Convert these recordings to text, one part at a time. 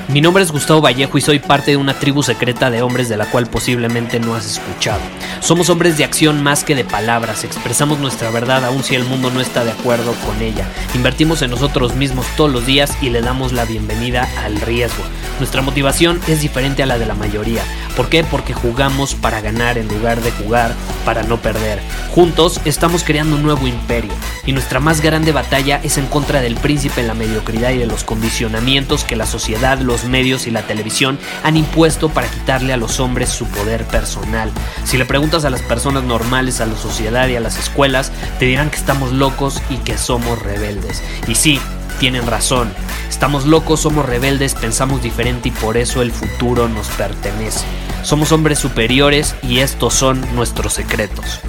Mi nombre es Gustavo Vallejo y soy parte de una tribu secreta de hombres de la cual posiblemente no has escuchado. Somos hombres de acción más que de palabras, expresamos nuestra verdad aun si el mundo no está de acuerdo con ella. Invertimos en nosotros mismos todos los días y le damos la bienvenida al riesgo. Nuestra motivación es diferente a la de la mayoría. ¿Por qué? Porque jugamos para ganar en lugar de jugar para no perder. Juntos estamos creando un nuevo imperio y nuestra más grande batalla es en contra del príncipe, la mediocridad y de los condicionamientos que la sociedad, los medios y la televisión han impuesto para quitarle a los hombres su poder personal. Si le preguntas a las personas normales, a la sociedad y a las escuelas, te dirán que estamos locos y que somos rebeldes. Y sí, tienen razón. Estamos locos, somos rebeldes, pensamos diferente y por eso el futuro nos pertenece. Somos hombres superiores y estos son nuestros secretos.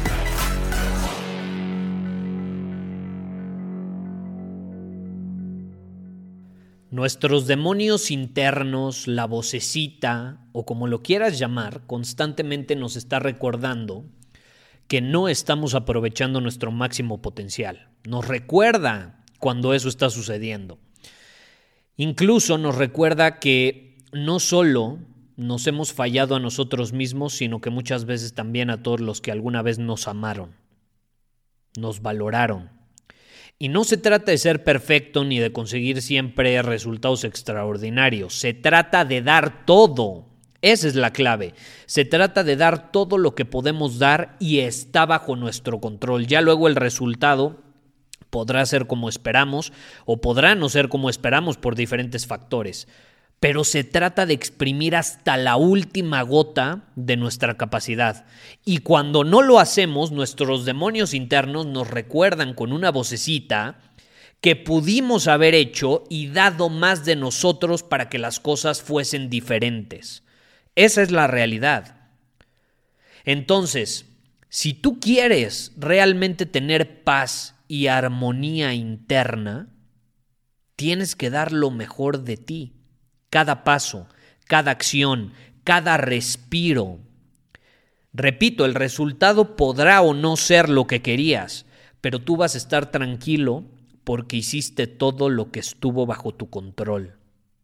Nuestros demonios internos, la vocecita o como lo quieras llamar, constantemente nos está recordando que no estamos aprovechando nuestro máximo potencial. Nos recuerda cuando eso está sucediendo. Incluso nos recuerda que no solo nos hemos fallado a nosotros mismos, sino que muchas veces también a todos los que alguna vez nos amaron, nos valoraron. Y no se trata de ser perfecto ni de conseguir siempre resultados extraordinarios. Se trata de dar todo. Esa es la clave. Se trata de dar todo lo que podemos dar y está bajo nuestro control. Ya luego el resultado podrá ser como esperamos o podrá no ser como esperamos por diferentes factores. Pero se trata de exprimir hasta la última gota de nuestra capacidad. Y cuando no lo hacemos, nuestros demonios internos nos recuerdan con una vocecita que pudimos haber hecho y dado más de nosotros para que las cosas fuesen diferentes. Esa es la realidad. Entonces, si tú quieres realmente tener paz y armonía interna, tienes que dar lo mejor de ti. Cada paso, cada acción, cada respiro. Repito, el resultado podrá o no ser lo que querías, pero tú vas a estar tranquilo porque hiciste todo lo que estuvo bajo tu control.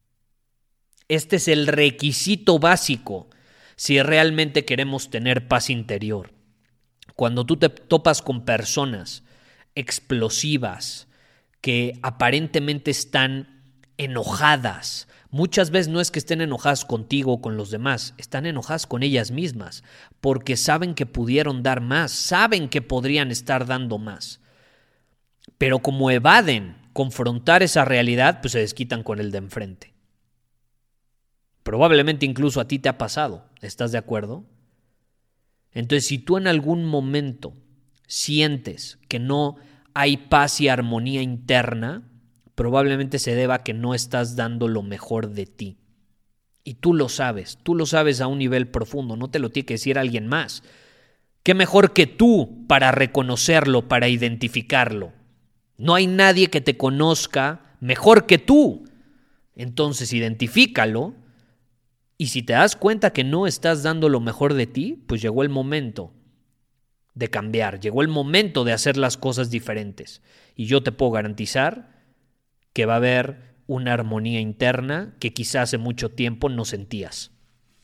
Este es el requisito básico si realmente queremos tener paz interior. Cuando tú te topas con personas explosivas que aparentemente están enojadas, muchas veces no es que estén enojadas contigo o con los demás, están enojadas con ellas mismas porque saben que pudieron dar más, saben que podrían estar dando más. Pero como evaden confrontar esa realidad, pues se desquitan con el de enfrente. Probablemente incluso a ti te ha pasado, ¿estás de acuerdo? Entonces, si tú en algún momento sientes que no hay paz y armonía interna, probablemente se deba a que no estás dando lo mejor de ti. Y tú lo sabes a un nivel profundo, no te lo tiene que decir alguien más. ¿Qué mejor que tú para reconocerlo, para identificarlo? No hay nadie que te conozca mejor que tú. Entonces, identifícalo y si te das cuenta que no estás dando lo mejor de ti, pues llegó el momento de cambiar, llegó el momento de hacer las cosas diferentes. Y yo te puedo garantizar que va a haber una armonía interna que quizás hace mucho tiempo no sentías.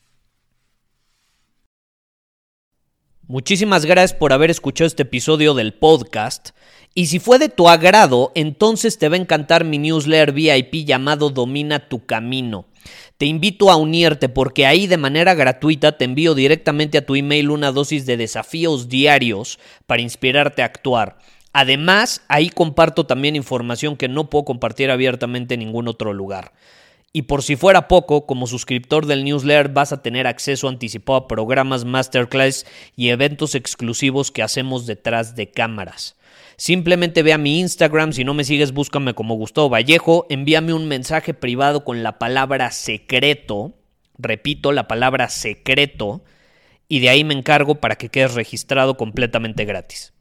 Muchísimas gracias por haber escuchado este episodio del podcast. Y si fue de tu agrado, entonces te va a encantar mi newsletter VIP llamado Domina tu Camino. Te invito a unirte porque ahí de manera gratuita te envío directamente a tu email una dosis de desafíos diarios para inspirarte a actuar. Además, ahí comparto también información que no puedo compartir abiertamente en ningún otro lugar. Y por si fuera poco, como suscriptor del newsletter vas a tener acceso anticipado a programas, masterclass y eventos exclusivos que hacemos detrás de cámaras. Simplemente ve a mi Instagram, si no me sigues búscame como Gustavo Vallejo, envíame un mensaje privado con la palabra secreto, repito, la palabra secreto, y de ahí me encargo para que quedes registrado completamente gratis.